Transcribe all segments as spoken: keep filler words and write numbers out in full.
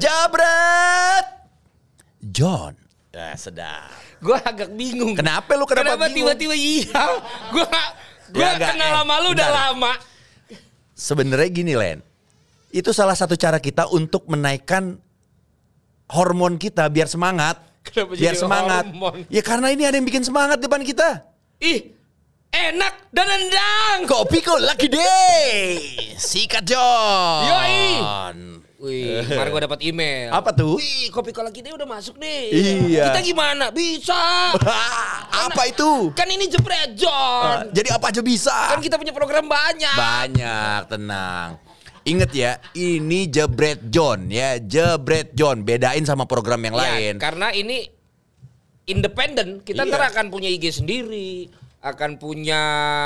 Jabret John. Ah, sedap. Gue agak bingung. Kenapa lu kenapa, kenapa tiba-tiba iya? Gue gue Ya, kenal eh, sama lu udah bentar. lama. Sebenarnya gini Len, itu salah satu cara kita untuk menaikkan hormon kita biar semangat. Kenapa biar jadi semangat. hormon? Ya karena ini ada yang bikin semangat depan kita. Ih, enak dan nendang. Kopi kok Lucky Day. Sikat John. Yoi. Wih, kemarin gue dapat email. Apa tuh? Wih, kopi kola kita udah masuk nih. Iya. Kita gimana? Bisa. Apa itu? Kan ini Jebret John. Uh, jadi apa aja bisa. Kan kita punya program banyak. Banyak, tenang. Ingat ya, ini Jebret John ya, Jebret John. Bedain sama program yang Ya, lain. karena ini independen. Kita Iya. ntar akan punya I G sendiri, akan punya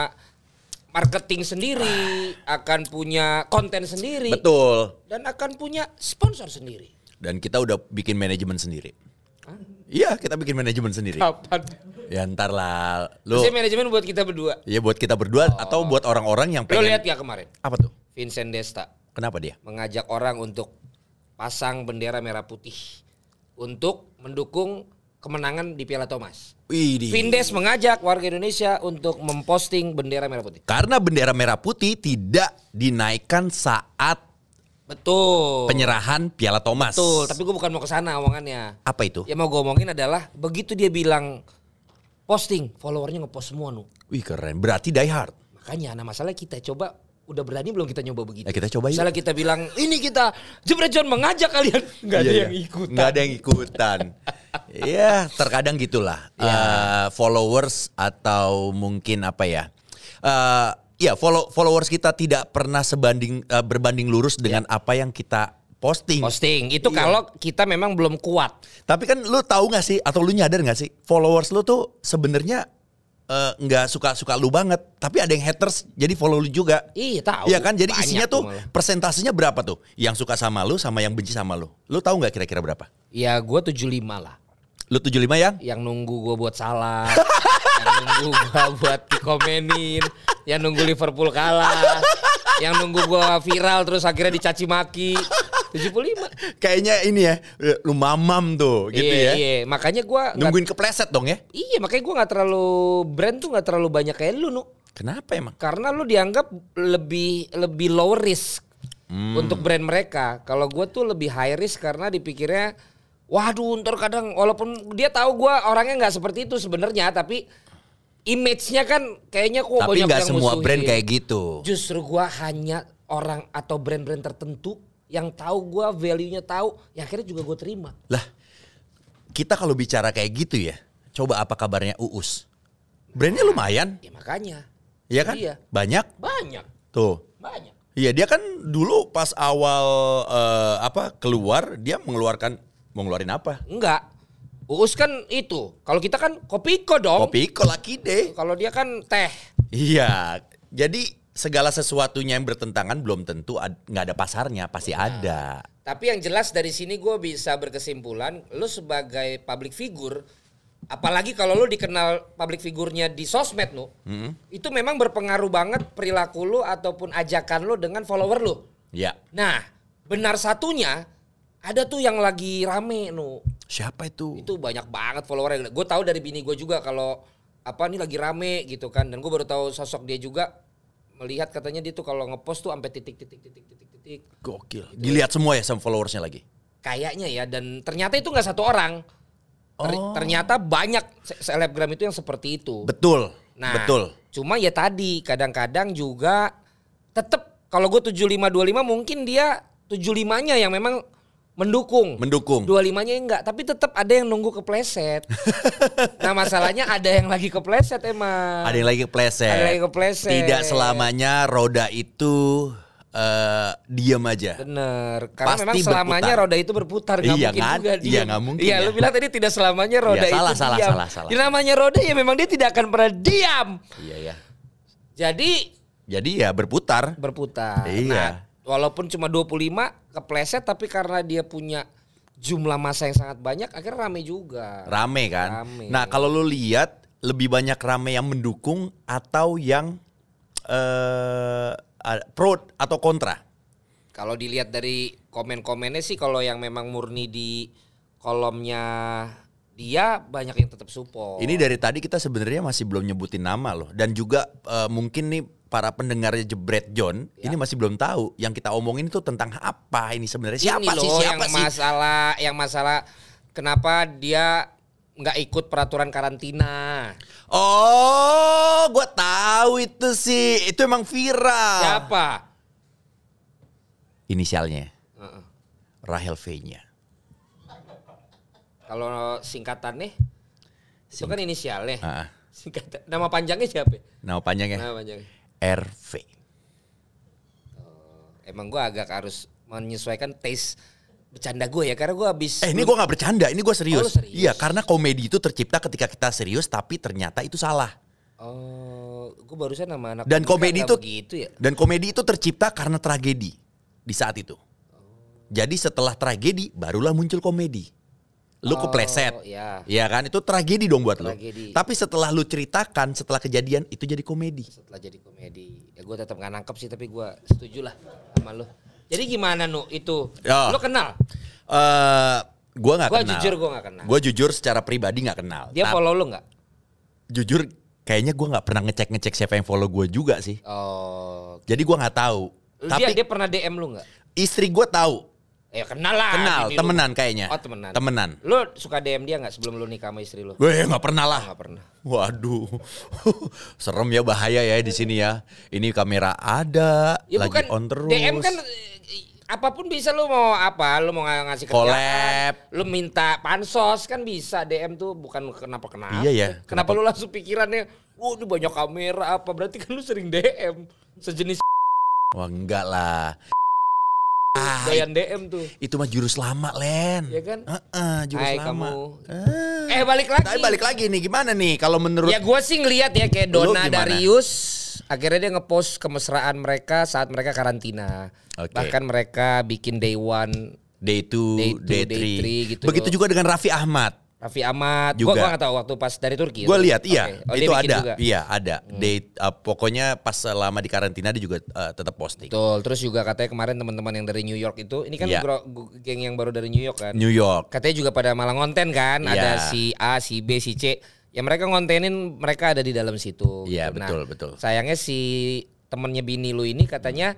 marketing sendiri, akan punya konten sendiri, Betul. dan akan punya sponsor sendiri. Dan kita udah bikin manajemen sendiri. Iya, kita bikin manajemen sendiri. Kapan? Ya ntar lah. Lu, Maksudnya manajemen buat kita berdua. ya buat kita berdua atau buat orang-orang yang Lo pengen. lihat ya kemarin, Apa tuh? Vincent Desta Kenapa dia? mengajak orang untuk pasang bendera merah putih untuk mendukung kemenangan di Piala Thomas. Widih. Vindes mengajak warga Indonesia untuk memposting bendera merah putih. Karena bendera merah putih tidak dinaikkan saat Betul. penyerahan Piala Thomas. Betul, tapi gue bukan mau ke sana omongannya. Apa itu? Yang mau gue omongin adalah begitu dia bilang posting, followernya ngepost semua nu. Wih keren, berarti die hard. Makanya, nah masalah kita coba udah berani belum kita nyoba begitu? Ya, kita coba yuk. Misalnya kita bilang ini kita Jebret John mengajak kalian, nggak ada Iya, yang iya. ikutan. Nggak ada yang ikutan. Ya terkadang gitulah. Eh, followers atau mungkin apa ya? Eh, ya follow, followers kita tidak pernah sebanding eh, berbanding lurus dengan apa yang kita posting. Posting itu Iya. kalau kita memang belum kuat. Tapi kan lu tahu nggak sih atau lu nyadar nggak sih followers lu tuh sebenarnya eh, nggak suka-suka lu banget, tapi ada yang haters jadi follow lu juga. Iya tahu. Iya kan, jadi Banyak isinya tuh malah. persentasenya berapa tuh? Yang suka sama lu sama yang benci sama lu. Lu tahu nggak kira-kira berapa? Ya gue tujuh puluh lima lah. Lu tujuh puluh lima yang? Yang nunggu gue buat salah, yang nunggu gue buat dikomenin, yang nunggu Liverpool kalah, yang nunggu gue viral terus akhirnya dicaci maki. tujuh puluh lima. Kayaknya ini ya, lu mamam tuh gitu iya, ya. Iya, makanya gue Nungguin kepleset dong ya. Iya, makanya gue nggak terlalu brand tuh nggak terlalu banyak kayak lu nu. Kenapa emang? Karena lu dianggap lebih lebih low risk Hmm. untuk brand mereka. Kalau gue tuh lebih high risk karena dipikirnya, waduh, ntar kadang walaupun dia tahu gue orangnya nggak seperti itu sebenarnya, tapi image-nya kan kayaknya kok Tapi banyak nggak yang semua musuhin. brand kayak gitu. Justru gue hanya orang atau brand-brand tertentu yang tahu gue value-nya tahu, ya akhirnya juga gue terima. Lah, kita kalau bicara kayak gitu ya, coba apa kabarnya Uus? Brandnya lumayan, Ya makanya. ya kan? Iya. Banyak Banyak, tuh. banyak. Iya, dia kan dulu pas awal eh, apa keluar dia mengeluarkan mau ngeluarin apa? Enggak. Uus kan itu. Kalau kita kan Kopiko dong. Kopi Lucky Day. Kalau dia kan teh. Iya, jadi segala sesuatunya yang bertentangan belum tentu ad- nggak ada pasarnya, pasti ada. Tapi yang jelas dari sini gue bisa berkesimpulan, lu sebagai public figure, apalagi kalau lu dikenal public figurnya di sosmed lu, itu memang berpengaruh banget perilaku lu ataupun ajakan lu dengan follower lu. Ya, Nah, benar satunya ada tuh yang lagi rame nu. siapa itu? Itu banyak banget followernya. Gue tahu dari bini gue juga kalau apa nih lagi rame gitu kan, dan gue baru tahu sosok dia juga, melihat katanya dia tuh kalau ngepost tuh sampai titik titik titik titik titik. Gokil. Dilihat semua ya sama followersnya lagi. Kayaknya ya, dan ternyata itu nggak satu orang. Ter- Oh. Ternyata banyak se- selebgram itu yang seperti itu. Betul. Nah, Betul. cuma ya tadi kadang-kadang juga tetap kalau gue tujuh lima dua lima mungkin dia tujuh limanya yang memang mendukung. Mendukung. dua puluh limanya enggak, tapi tetap ada yang nunggu kepleset. Nah, masalahnya ada yang lagi kepleset emang. Ada yang lagi kepleset. Ada yang lagi kepleset. Tidak selamanya roda itu eh, diam aja. Bener, karena Pasti memang selamanya berputar. roda itu berputar, nggak Iya mungkin kan? juga Iya, diam. nggak mungkin Iya, ya. lu bilang tadi tidak selamanya roda Iya, salah, itu salah, diam. salah, salah. Yang namanya roda ya memang dia tidak akan pernah diam. Iya ya. Jadi Jadi ya berputar. berputar. Iya. Nah, walaupun cuma dua puluh lima kepleset, tapi karena dia punya jumlah massa yang sangat banyak, akhirnya rame juga. Rame kan. Rame. Nah kalau lu lihat lebih banyak rame yang mendukung atau yang eh, pro atau kontra. Kalau dilihat dari komen-komennya sih kalau yang memang murni di kolomnya dia banyak yang tetap support. Ini dari tadi kita sebenarnya masih belum nyebutin nama loh. Dan juga uh, mungkin nih para pendengarnya Jebret John ya. Ini masih belum tahu yang kita omongin itu tentang apa ini sebenarnya. Siapa ini sih loh siapa yang sih? masalah yang masalah kenapa dia nggak ikut peraturan karantina. Oh, gue tahu itu sih. Itu emang viral. Siapa? Inisialnya. Uh-uh. Rahel V-nya. Kalau singkatannya, Sing- itu kan inisialnya. Uh-uh. Singkatan. Nama panjangnya siapa? Nama panjangnya? Nama panjangnya. R V. Oh, emang gue agak harus menyesuaikan taste bercanda gue ya, karena gue habis. Eh ini gue gak bercanda, ini gue serius. Oh, serius. Iya, karena komedi itu tercipta ketika kita serius, tapi ternyata itu salah. Oh, gue barusan nama anak. Dan komedi itu, begitu ya. dan komedi itu tercipta karena tragedi di saat itu. Jadi setelah tragedi, barulah muncul komedi. Lu Oh, kepleset, ya. Iya kan? Itu tragedi dong buat Tragedi. lu. Tapi setelah lu ceritakan, setelah kejadian, itu jadi komedi. Setelah jadi komedi, ya gue tetap nggak nangkep sih, tapi gue setuju lah sama lo. Jadi gimana Nu itu? Ya. Lo kenal? Uh, gue nggak Gua kenal. jujur gua nggak kenal. Gue jujur secara pribadi nggak kenal. Dia Tapi follow lo nggak? jujur kayaknya gue nggak pernah ngecek ngecek siapa yang follow gue juga sih. Oh, Jadi gue nggak tahu. dia Tapi dia pernah D M lu nggak? istri gue tahu. Ya kenal lah. Kenal, bini lu. temenan kayaknya. Oh temenan. Temenan. Lo suka D M dia nggak sebelum lo nikah sama istri lo? Gue nggak pernah lah. Nggak pernah. Waduh, serem ya, bahaya ya di sini ya. Ini kamera ada, Ya lagi bukan on terus. D M kan eh, apapun bisa, lo mau apa? Lo mau ng- ngasih Collab. kerjaan, lo minta pansos kan bisa. D M tuh bukan kenapa kenapa. Iya ya, Kenapa, kenapa- lo langsung pikirannya, oh ini banyak kamera apa? Berarti kan lo sering D M sejenis Wah enggak lah. Ah, doyan D M tuh. itu mah jurus lama, Len. Iya kan? Heeh, jurus Hai lama. kamu. Ah. Eh balik lagi. Tapi balik lagi nih, gimana nih kalau menurut Ya gue sih ngeliat ya kayak Lu Donna gimana? Darius akhirnya dia ngepost kemesraan mereka saat mereka karantina. Oke. Bahkan mereka bikin day one, day two, Day two, day day three. three gitu Begitu loh. juga dengan Raffi Ahmad. Raffi Ahmad. Juga. Gue gak tahu waktu pas dari Turki. Gue itu. lihat, iya, Oke. Oh, dia itu bikin ada, juga. iya ada. Day, uh, pokoknya pas selama di karantina dia juga uh, tetap posting. Betul. Terus juga katanya kemarin teman-teman yang dari New York itu, ini kan Iya. gro- gu- geng yang baru dari New York kan. New York. Katanya juga pada malah ngonten kan, Iya. ada si A, si B, si C. Ya mereka ngontenin mereka ada di dalam situ. Iya, gitu. betul, betul. Sayangnya si temennya bini lu ini katanya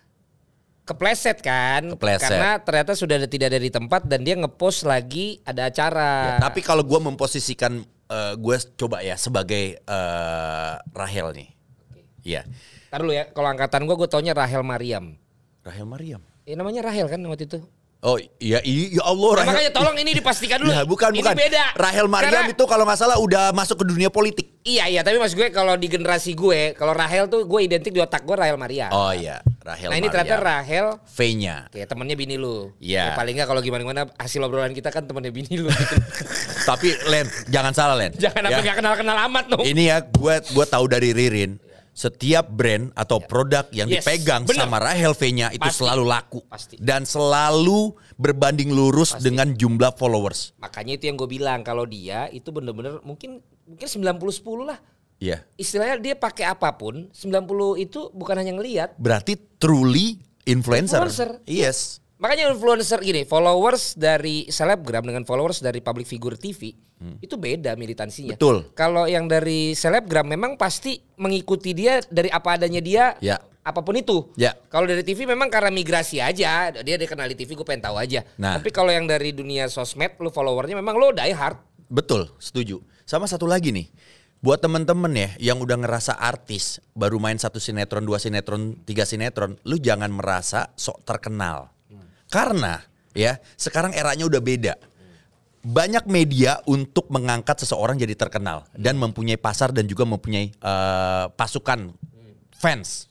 kepleset kan, Kepleset. karena ternyata sudah ada, tidak ada di tempat dan dia ngepost lagi ada acara. Ya, tapi kalau gue memposisikan uh, gue coba ya sebagai uh, Rahel nih. Iya. Ntar dulu ya, kalau angkatan gue gue taunya Rahel Mariam. Rahel Mariam. Eh namanya Rahel kan waktu itu. Oh iya, iya ya Allah Nah, Rahel. makanya tolong ini dipastikan dulu. Ya, bukan, ini bukan. beda. Rahel Mariam Karena- itu kalau nggak salah udah masuk ke dunia politik. Iya iya, tapi maksud gue kalau di generasi gue, kalau Rahel tuh gue identik di otak gue Rahel Mariam. Oh iya, Rahel Nah ini Mariam. ternyata Rahel V-nya. kayak temennya bini lu. Ya, Iya. paling nggak kalau gimana-gimana hasil obrolan kita kan temennya bini lu. Gitu. Tapi Len, jangan salah Len. Jangan Ya. sampai nggak kenal-kenal amat no. Ini ya, gue gue tahu dari Ririn. Setiap brand atau produk yang Yes, dipegang bener. sama Rahel V-nya itu Pasti. selalu laku. Pasti. Dan selalu berbanding lurus dengan jumlah followers. Makanya itu yang gue bilang, kalau dia itu bener-bener mungkin mungkin sembilan puluh sepuluh lah. Iya. Istilahnya dia pakai apapun, sembilan puluh itu bukan hanya ngelihat. Berarti truly influencer. Influencer. Yes. Makanya influencer gini, followers dari selebgram dengan followers dari public figure T V itu beda militansinya. Betul. Kalau yang dari selebgram memang pasti mengikuti dia dari apa adanya dia, Ya. apapun itu. Ya. Kalau dari T V memang karena migrasi aja, dia dikenal di T V gue pengen tahu aja. Nah. Tapi kalau yang dari dunia sosmed, lu followernya memang lo die hard. Betul, setuju. Sama satu lagi nih. Buat temen-temen ya yang udah ngerasa artis, baru main satu sinetron, dua sinetron, tiga sinetron, lu jangan merasa sok terkenal. Karena ya sekarang eranya udah beda. Banyak media untuk mengangkat seseorang jadi terkenal dan mempunyai pasar dan juga mempunyai uh, pasukan fans.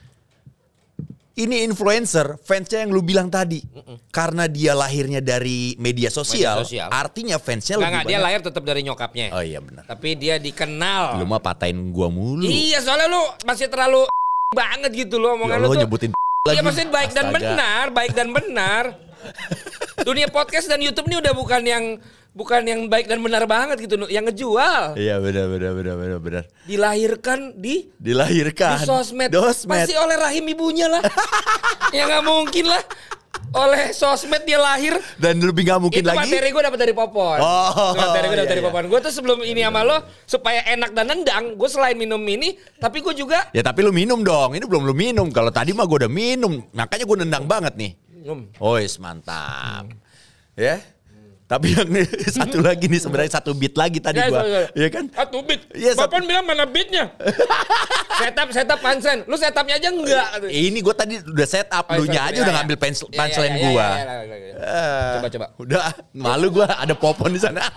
Ini influencer, fansnya yang lu bilang tadi, karena dia lahirnya dari media sosial, Media sosial. artinya fansnya Enggak, lebih enggak, dia banyak. lahir tetap dari nyokapnya. Oh iya benar. Tapi dia dikenal. Lu mah patahin gua mulu. Iya, soalnya lu masih terlalu banget gitu loh omongan Ya lu Allah tuh. nyebutin Iya lagi. maksudnya baik dan Astaga. benar, baik dan benar. Dunia podcast dan YouTube ini udah bukan yang bukan yang baik dan benar banget gitu, yang ngejual. Iya benar benar benar benar benar. Dilahirkan di Dilahirkan di sosmed. Dosmed. Pasti oleh rahim ibunya lah. Ya nggak mungkin lah. oleh sosmed dia lahir. Dan lebih gak mungkin itu lagi. Itu materi gue dapat dari Popon. Oh, materi gue dapat iya, dari iya. Popon. Gue tuh sebelum ini sama lo supaya enak dan nendang, gue selain minum ini, tapi gue juga Ya tapi lu minum dong. Ini belum lu minum. Kalau tadi mah gue udah minum. Makanya gue nendang banget nih. minum. Ois mantap. Ya. Tapi yang satu lagi nih sebenarnya satu beat lagi tadi Ya, gua. ya, ya. Iya kan? Satu beat. Iya, satu- Popon bilang mana beatnya? setup, setup punchline. Lu setupnya aja enggak. Ini gue tadi udah set up. Oh, Lunya sorry, aja ya, udah ya. ngambil pens- Ya, ya, punchline ya, ya, gua. ya, ya, ya, ya. Eh, Coba, coba. Udah malu gua ada Popon di sana.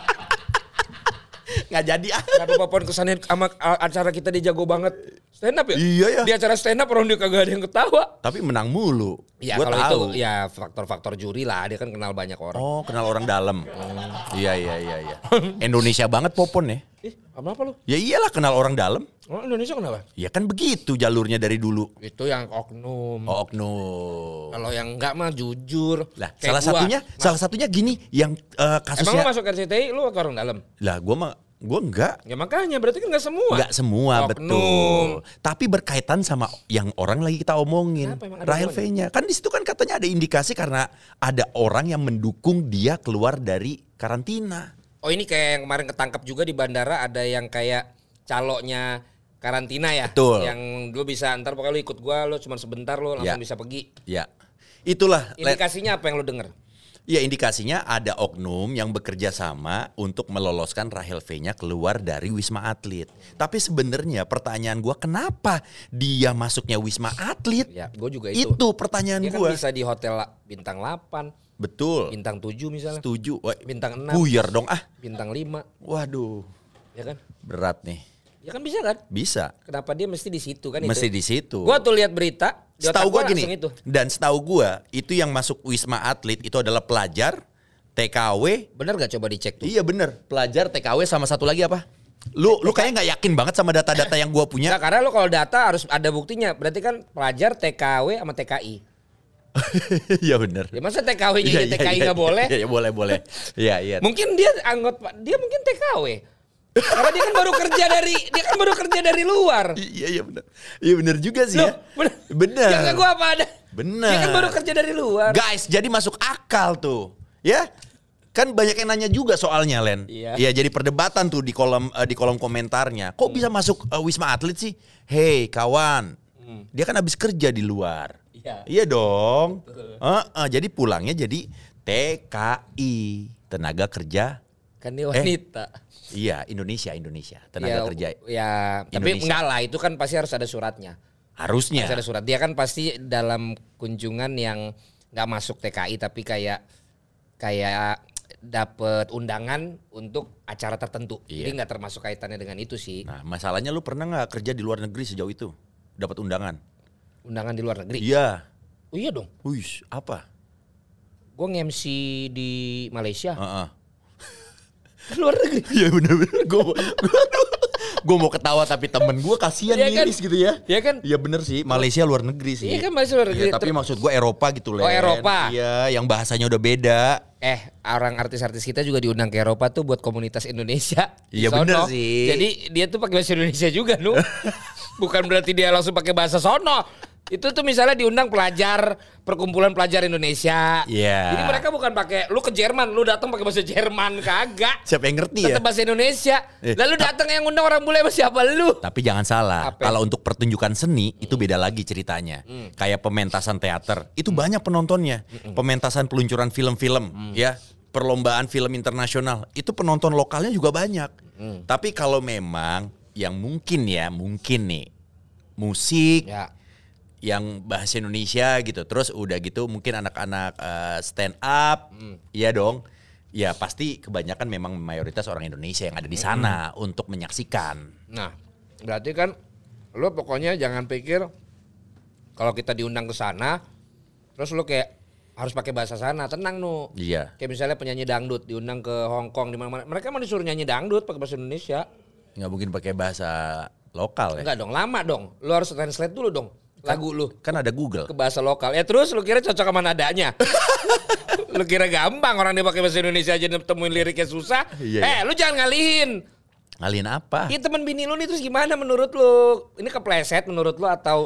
Nggak jadi ah. Kenapa Popon kesannya sama acara kita dia jago banget stand up ya? Iya ya. Di acara stand up orang dia kagak ada yang ketawa. Tapi menang mulu. Ya Gua kalau tahu. itu ya faktor-faktor juri lah, dia kan kenal banyak orang. Oh, kenal orang dalam. Iya iya iya iya. Indonesia banget Popon ya. Ih, apa lu? Ya iyalah kenal orang dalam. Orang Indonesia kenapa? Ya kan begitu jalurnya dari dulu. Itu yang oknum. Oh, oknum. Kalau yang enggak mah jujur. Lah, Kayak salah gua. satunya, salah satunya gini yang eh, Emang kasusnya. lu masuk R C T I lu ke orang dalam? Lah, gua mah gua enggak. Ya makanya berarti kan enggak semua. Enggak semua, Oknum. betul. Tapi berkaitan sama yang orang lagi kita omongin. Kenapa emang ada Rahel hubungannya? V-nya. Kan di situ kan katanya ada indikasi karena ada orang yang mendukung dia keluar dari karantina. Oh ini kayak yang kemarin ketangkap juga di bandara, ada yang kayak caloknya karantina ya. Betul. Yang lu bisa ntar pokoknya lu ikut gua, lu cuma sebentar lu langsung Ya. bisa pergi. Ya. Itulah. le- Indikasinya apa yang lu denger? Ya indikasinya ada oknum yang bekerja sama untuk meloloskan Rahel V-nya keluar dari Wisma Atlet. Tapi sebenarnya pertanyaan gua kenapa dia masuknya Wisma Atlet? Ya, gua juga itu. Itu pertanyaan Dia kan gua. bisa di hotel la- bintang delapan, Betul. bintang tujuh misalnya, Setuju. Wah, bintang enam, buyar dong ah. bintang lima, Waduh, ya kan? berat nih. Ya kan bisa kan? Bisa. Kenapa dia mesti di situ kan Mesti itu? di situ. Gua tuh lihat berita, di otak Setahu gua langsung gini. itu. Dan setahu gua itu yang masuk Wisma Atlet itu adalah pelajar T K W. Bener gak coba dicek tuh? Iya bener. Pelajar T K W sama satu lagi apa? Lu lu kayaknya nggak yakin banget sama data-data yang gua punya. Nah, karena lo kalau data harus ada buktinya. Berarti kan pelajar T K W sama T K I. Iya bener. Ya masa T K W-nya Iya, T K I iya, nggak boleh? Iya iya, boleh boleh. Iya iya. Mungkin dia anggota, dia mungkin T K W. Karena dia kan baru kerja dari, dia kan baru kerja dari luar. Iya iya bener. Iya bener juga sih Loh, ya. bener. Bener. Ya nggak gua apa ada. Bener. Dia kan baru kerja dari luar. Guys, jadi masuk akal tuh. Ya. Kan banyak yang nanya juga soalnya, Len. Iya. Iya, jadi perdebatan tuh di kolom eh, di kolom komentarnya. Kok bisa masuk eh, Wisma Atlet sih? Hei, kawan. Dia kan habis kerja di luar. Iya. Iya dong. Heeh, jadi pulangnya jadi T K I, tenaga kerja. Kan dia wanita. Iya, Indonesia, Indonesia, tenaga ya, kerja. Ya, tapi Indonesia. enggak lah, itu kan pasti harus ada suratnya. Harusnya. Harus ada surat. Dia kan pasti dalam kunjungan yang nggak masuk T K I tapi kayak kayak dapat undangan untuk acara tertentu. Iya. Jadi nggak termasuk kaitannya dengan itu sih. Nah, masalahnya lu pernah nggak kerja di luar negeri sejauh itu? Dapat undangan? Undangan di luar negeri. Iya. Oh iya dong. Wih, apa? Gue nge-M C di Malaysia. Heeh. Ke luar negeri. Iya bener-bener. Gue gue mau ketawa tapi temen gue kasihan Iya kan? miris gitu ya. Iya kan? Iya bener sih. Malaysia luar negeri sih. Iya kan Malaysia luar negeri. Iya, tapi maksud gue Eropa gitu Len. Oh, Eropa. Iya, yang bahasanya udah beda. Eh, orang artis-artis kita juga diundang ke Eropa tuh buat komunitas Indonesia. di Iya, sono. bener sih. Jadi dia tuh pakai bahasa Indonesia juga, Nu. Bukan berarti dia langsung pakai bahasa sono. Itu tuh misalnya diundang pelajar perkumpulan pelajar Indonesia. Iya. Jadi mereka bukan pakai lu ke Jerman, lu datang pakai bahasa Jerman kagak. Siapa yang ngerti ya? Tetap bahasa Indonesia. Eh, Lalu datang yang undang orang bule sama siapa lu? Tapi jangan salah, Apa? kalau untuk pertunjukan seni itu beda lagi ceritanya. Kayak pementasan teater, itu banyak penontonnya. Pementasan peluncuran film-film, ya, perlombaan film internasional, itu penonton lokalnya juga banyak. Tapi kalau memang yang mungkin ya, mungkin nih musik Ya. yang bahasa Indonesia gitu, terus udah gitu mungkin anak-anak eh, stand up, iya dong. Ya pasti kebanyakan memang mayoritas orang Indonesia yang ada di sana untuk menyaksikan. Nah, berarti kan lu pokoknya jangan pikir kalau kita diundang ke sana terus lu kayak harus pakai bahasa sana. Tenang, Nu. Iya. Kayak misalnya penyanyi dangdut diundang ke Hong Kong di mana-mana. Mereka mau disuruh nyanyi dangdut pakai bahasa Indonesia. Nggak mungkin pakai bahasa lokal ya. Enggak dong, lama dong. Lu harus translate dulu dong lagu lu Kan ada Google. ke bahasa lokal. Ya terus lu kira cocok sama nadanya? Lu kira gampang orang dia pakai bahasa Indonesia aja temuin liriknya susah? Iya, eh, iya. lu jangan ngalihin. Ngalihin apa? Iya temen bini lu nih terus gimana menurut lu? Ini kepleset menurut lu atau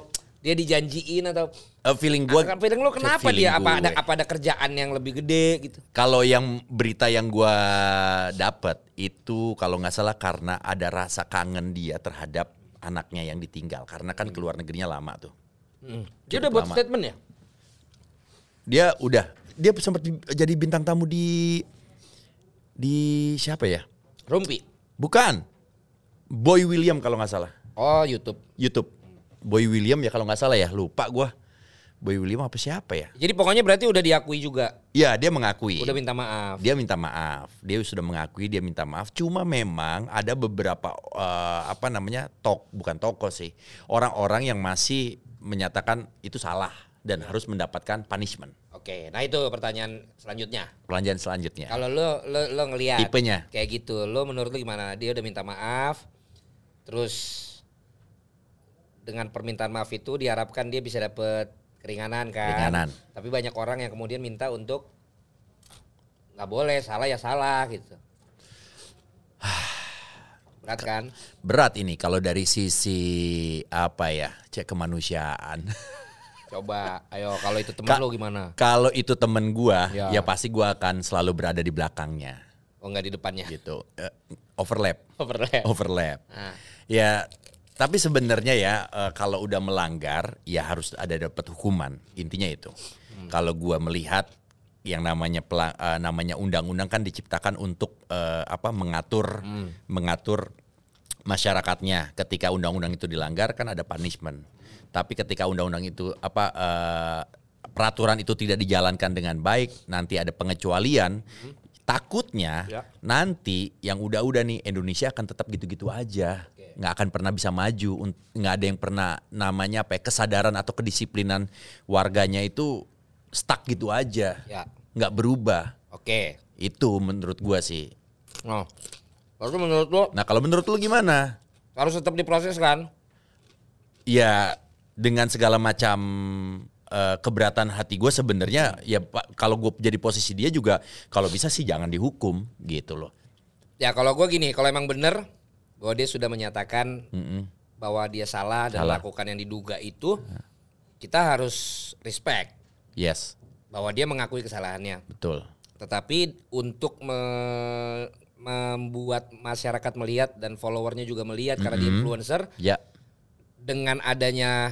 Dia dijanjiin atau uh, feeling gue. Feeling lu kenapa dia? Apa ada apa ada kerjaan yang lebih gede gitu? Kalau yang berita yang gue dapat itu kalau nggak salah karena ada rasa kangen dia terhadap anaknya yang ditinggal karena kan keluar negerinya lama tuh. Hmm. Dia udah buat lama. Statement ya? Dia udah. Dia sempat jadi bintang tamu di di siapa ya? Rumpi. Bukan. Boy William kalau nggak salah. Oh YouTube. YouTube. Boy William ya kalau nggak salah ya, lupa gue. Boy William apa siapa ya? Jadi pokoknya berarti udah diakui juga. Iya, dia mengakui. Udah minta maaf. Dia minta maaf. Dia sudah mengakui, dia minta maaf. Cuma memang ada beberapa uh, apa namanya tok, bukan toko sih, orang-orang yang masih menyatakan itu salah dan ya. Harus mendapatkan punishment. Oke, nah itu pertanyaan selanjutnya. Pertanyaan selanjutnya. Kalau lo lo lo ngelihat tipenya kayak gitu, lo menurut lo gimana? Dia udah minta maaf, terus dengan permintaan maaf itu diharapkan dia bisa dapet keringanan kan. Keringanan. Tapi banyak orang yang kemudian minta untuk nggak boleh, salah ya salah gitu. Berat kan? Berat ini kalau dari sisi apa ya, cek kemanusiaan. Coba, ayo kalau itu teman lo gimana? Kalau itu temen gua, ya. ya pasti gua akan selalu berada di belakangnya. Oh nggak di depannya? Gitu, uh, overlap. Overlap. Overlap. Nah. Ya. Tapi sebenarnya ya uh, kalau udah melanggar ya harus ada dapat hukuman, intinya itu. Hmm. Kalau gua melihat yang namanya pelang, uh, namanya undang-undang kan diciptakan untuk uh, apa mengatur hmm. mengatur masyarakatnya. Ketika undang-undang itu dilanggar kan ada punishment. Tapi ketika undang-undang itu apa uh, peraturan itu tidak dijalankan dengan baik, nanti ada pengecualian. Hmm. Takutnya ya. Nanti yang udah-udah nih Indonesia akan tetap gitu-gitu aja. Nggak akan pernah bisa maju, nggak ada yang pernah namanya apa ya, kesadaran atau kedisiplinan warganya itu stuck gitu aja, ya. Nggak berubah. Oke. Itu menurut gua sih. Nah, lalu menurut lo? Nah kalau menurut lo gimana? Harus tetap diproses kan? Ya dengan segala macam uh, keberatan hati gue sebenarnya ya kalau gue jadi posisi dia juga kalau bisa sih jangan dihukum gitu loh. Ya kalau gue gini, kalau emang bener bahwa dia sudah menyatakan mm-hmm. bahwa dia salah dan salah. Melakukan yang diduga itu, kita harus respect. Yes. Bahwa dia mengakui kesalahannya. Betul. Tetapi untuk me- membuat masyarakat melihat dan followernya juga melihat mm-hmm. karena dia influencer, ya. Dengan adanya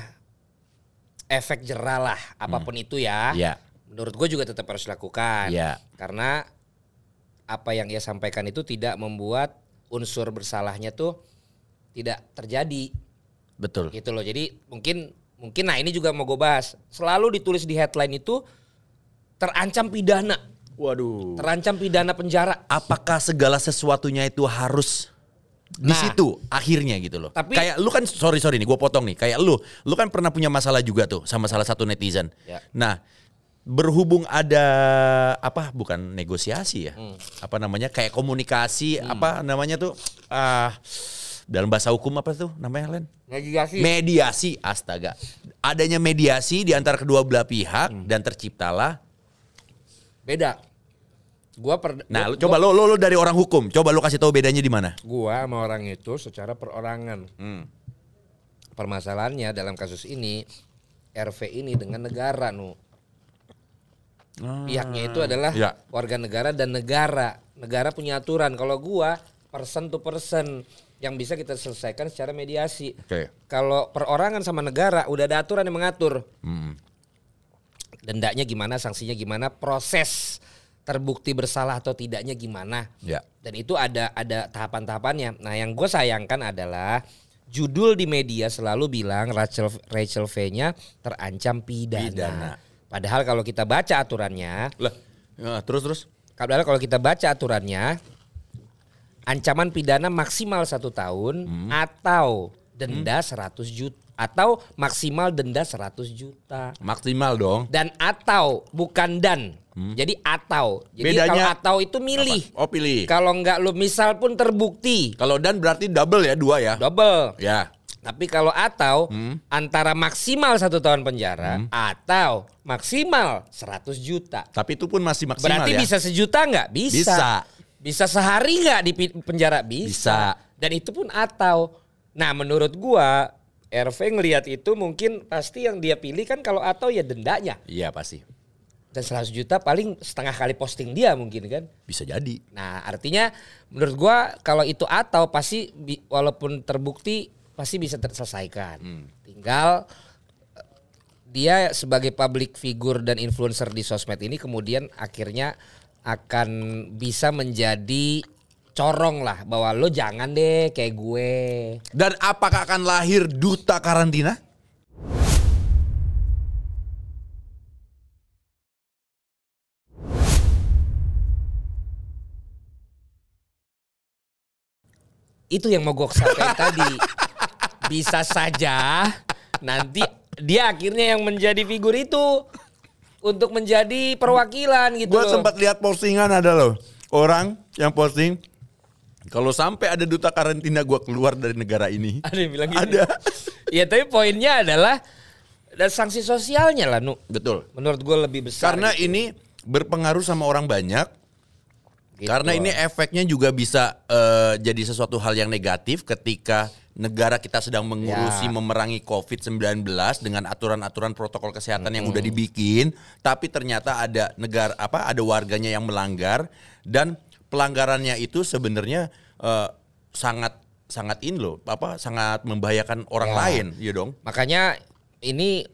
efek jerah lah apapun mm. itu ya, ya. Menurut gue juga tetap harus dilakukan. Ya. Karena apa yang ia sampaikan itu tidak membuat unsur bersalahnya tuh tidak terjadi. Betul. Gitu loh. Jadi mungkin mungkin nah ini juga mau gue bahas. Selalu ditulis di headline itu terancam pidana. Waduh. Terancam pidana penjara. Apakah segala sesuatunya itu harus di nah, situ akhirnya gitu loh. Tapi kayak lu kan sorry sorry nih gue potong nih. Kayak lu, lu kan pernah punya masalah juga tuh sama salah satu netizen. Ya. Nah, berhubung ada apa bukan negosiasi ya, hmm. apa namanya kayak komunikasi hmm. apa namanya tuh ah uh, dalam bahasa hukum apa tuh namanya Len? Mediasi. Mediasi, astaga. Adanya mediasi di antara kedua belah pihak hmm. dan terciptalah beda. Gua per, nah, gua, lu, coba lo, lo lo dari orang hukum, coba lo kasih tahu bedanya di mana? Gua sama orang itu secara perorangan. Hmm. Permasalahannya dalam kasus ini R V ini dengan negara nu. Ah, pihaknya itu adalah ya. Warga negara dan negara. Negara punya aturan. Kalau gua person to person yang bisa kita selesaikan secara mediasi. Okay. Kalau perorangan sama negara udah ada aturan yang mengatur. Hmm. Dendanya gimana, sanksinya gimana, proses terbukti bersalah atau tidaknya gimana. Ya. Dan itu ada ada tahapan-tahapannya. Nah, yang gue sayangkan adalah judul di media selalu bilang Rachel Rachel V-nya terancam pidana. pidana. Padahal kalau kita baca aturannya, lah, ya, terus terus. Padahal kalau kita baca aturannya, ancaman pidana maksimal satu tahun hmm. atau denda hmm. seratus juta atau maksimal denda seratus juta. Maksimal dong. Dan atau bukan dan. Hmm. Jadi atau. Jadi bedanya, kalau atau itu milih. Apa? Oh pilih. Kalau enggak lu misal pun terbukti. Kalau dan berarti double ya, dua ya. Double. Ya. Tapi kalau atau hmm. antara maksimal satu tahun penjara hmm. atau maksimal seratus juta. Tapi itu pun masih maksimal. Berarti ya. bisa sejuta enggak? Bisa. Bisa. Bisa sehari enggak di penjara? Bisa. Bisa. Dan itu pun atau. Nah menurut gua R V ngelihat itu mungkin pasti yang dia pilih kan kalau atau ya dendanya. Iya pasti. Dan seratus juta paling setengah kali posting dia mungkin kan. Bisa jadi. Nah artinya menurut gua kalau itu atau pasti walaupun terbukti pasti bisa terselesaikan. Hmm. Tinggal dia sebagai public figure dan influencer di sosmed ini kemudian akhirnya akan bisa menjadi corong lah bahwa lo jangan deh kayak gue. Dan apakah akan lahir duta karantina? Itu yang mau gue sampaikan tadi. Bisa saja nanti dia akhirnya yang menjadi figur itu untuk menjadi perwakilan gitu. Gue sempat lihat postingan ada loh orang yang posting kalau sampai ada duta karantina gue keluar dari negara ini. Ada yang bilang gitu. Ada. Ya tapi poinnya adalah dan sanksi sosialnya lah Nu. Betul. Menurut gue lebih besar. Karena gitu. Ini berpengaruh sama orang banyak. Gitu. Karena ini efeknya juga bisa uh, jadi sesuatu hal yang negatif ketika negara kita sedang mengurusi ya. memerangi covid sembilan belas dengan aturan-aturan protokol kesehatan hmm. yang udah dibikin, tapi ternyata ada negara apa ada warganya yang melanggar dan pelanggarannya itu sebenarnya uh, sangat sangat in loh, apa sangat membahayakan orang ya. lain, ya dong. Makanya ini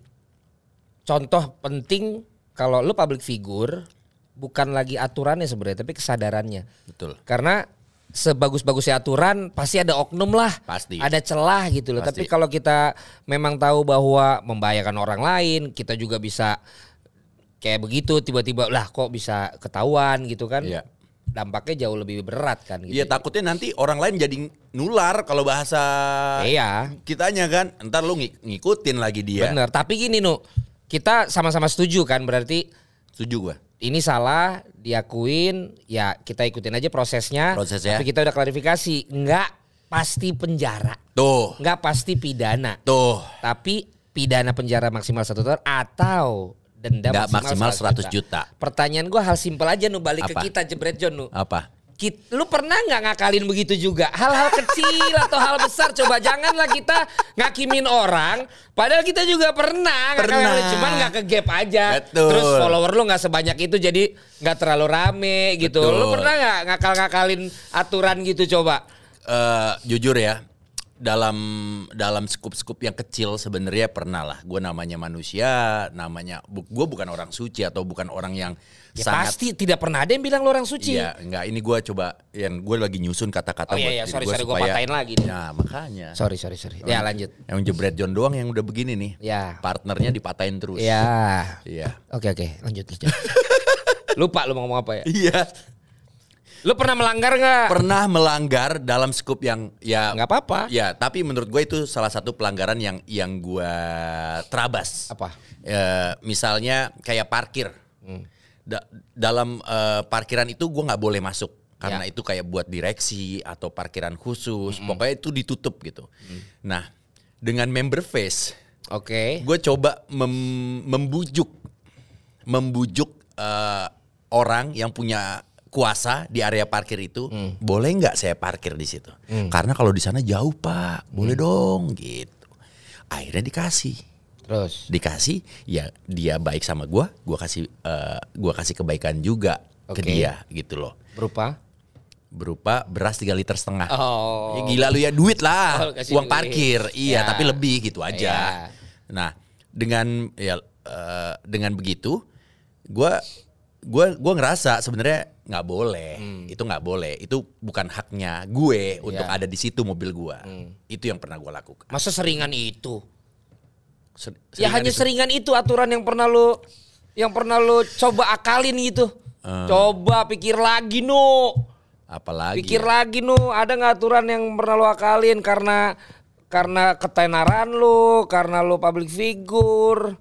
contoh penting kalau lu public figure bukan lagi aturannya sebenarnya tapi kesadarannya. Betul. Karena sebagus-bagusnya aturan pasti ada oknum lah, pasti ada celah gitu loh. Pasti. Tapi kalau kita memang tahu bahwa membahayakan orang lain, kita juga bisa kayak begitu tiba-tiba lah kok bisa ketahuan gitu kan? Iya. Dampaknya jauh lebih berat kan? Gitu. Iya takutnya nanti orang lain jadi nular kalau bahasa iya. kitanya kan, ntar lu ng- ngikutin lagi dia. Bener. Tapi gini Nu, kita sama-sama setuju kan berarti? Setuju gua. Ini salah, diakuin, ya kita ikutin aja prosesnya. Prosesnya. Tapi kita udah klarifikasi, nggak pasti penjara. Tuh. Nggak pasti pidana. Tuh. Tapi pidana penjara maksimal satu tahun atau denda Nggak maksimal, maksimal seratus juta. Pertanyaan gue hal simpel aja Nu, balik Apa? ke kita Jebret John Nu. Apa? Kit, lu pernah nggak ngakalin begitu juga? Hal-hal kecil atau hal besar, coba janganlah kita ngakimin orang. Padahal kita juga pernah, pernah. ngakalin, cuman nggak ke gap aja. Betul. Terus follower lu nggak sebanyak itu, jadi nggak terlalu rame gitu. Betul. Lu pernah nggak ngakal-ngakalin aturan gitu coba? Uh, jujur ya, dalam dalam skup-skup yang kecil sebenarnya pernah lah. Gue namanya manusia, namanya bu, gue bukan orang suci atau bukan orang yang ya sangat. Pasti tidak pernah ada yang bilang lu orang suci. Iya, enggak. Ini gue coba, yang gue lagi nyusun kata-kata. Oh iya, iya. buat sorry gua sorry gue supaya, patahin lagi. Nih. Nah makanya. Sorry sorry sorry. Ya lanjut. Yang Jebret John doang yang udah begini nih. Ya. Partnernya dipatahin terus. Iya. Iya. Oke oke, lanjut lanjut. Lupa lu mau ngomong apa ya? Iya. Lu pernah melanggar nggak? Pernah melanggar dalam skup yang ya nggak apa-apa. Ya, tapi menurut gue itu salah satu pelanggaran yang yang gue terabas. Apa? E, misalnya kayak parkir. Hmm. Da, dalam uh, parkiran itu gue nggak boleh masuk karena ya. Itu kayak buat direksi atau parkiran khusus. Mm-hmm. Pokoknya itu ditutup gitu. Mm. Nah, dengan member face, oke, okay. gue coba mem- membujuk, membujuk uh, orang yang punya kuasa di area parkir itu, hmm. boleh nggak saya parkir di situ? Hmm. Karena kalau di sana jauh Pak, boleh hmm. dong gitu. Akhirnya dikasih, terus dikasih, ya dia baik sama gue, gue kasih, uh, gue kasih kebaikan juga okay. ke dia gitu loh. Berupa? Berupa beras tiga liter setengah. Oh. Ya gila lu ya, duit lah, oh, uang duit. Parkir, iya ya. Tapi lebih gitu aja. Ya. Nah dengan ya uh, dengan begitu, gue gue gue ngerasa sebenarnya nggak boleh, hmm. itu nggak boleh, itu bukan haknya gue untuk yeah. ada di situ mobil gue, hmm. itu yang pernah gue lakukan. Masa seringan itu? Ser- ya hanya itu. Seringan itu aturan yang pernah lo, yang pernah lo coba akalin gitu, hmm. coba pikir lagi no, apalagi? Pikir ya? lagi no, ada nggak aturan yang pernah lo akalin karena karena ketenaran lo, karena lo public figure?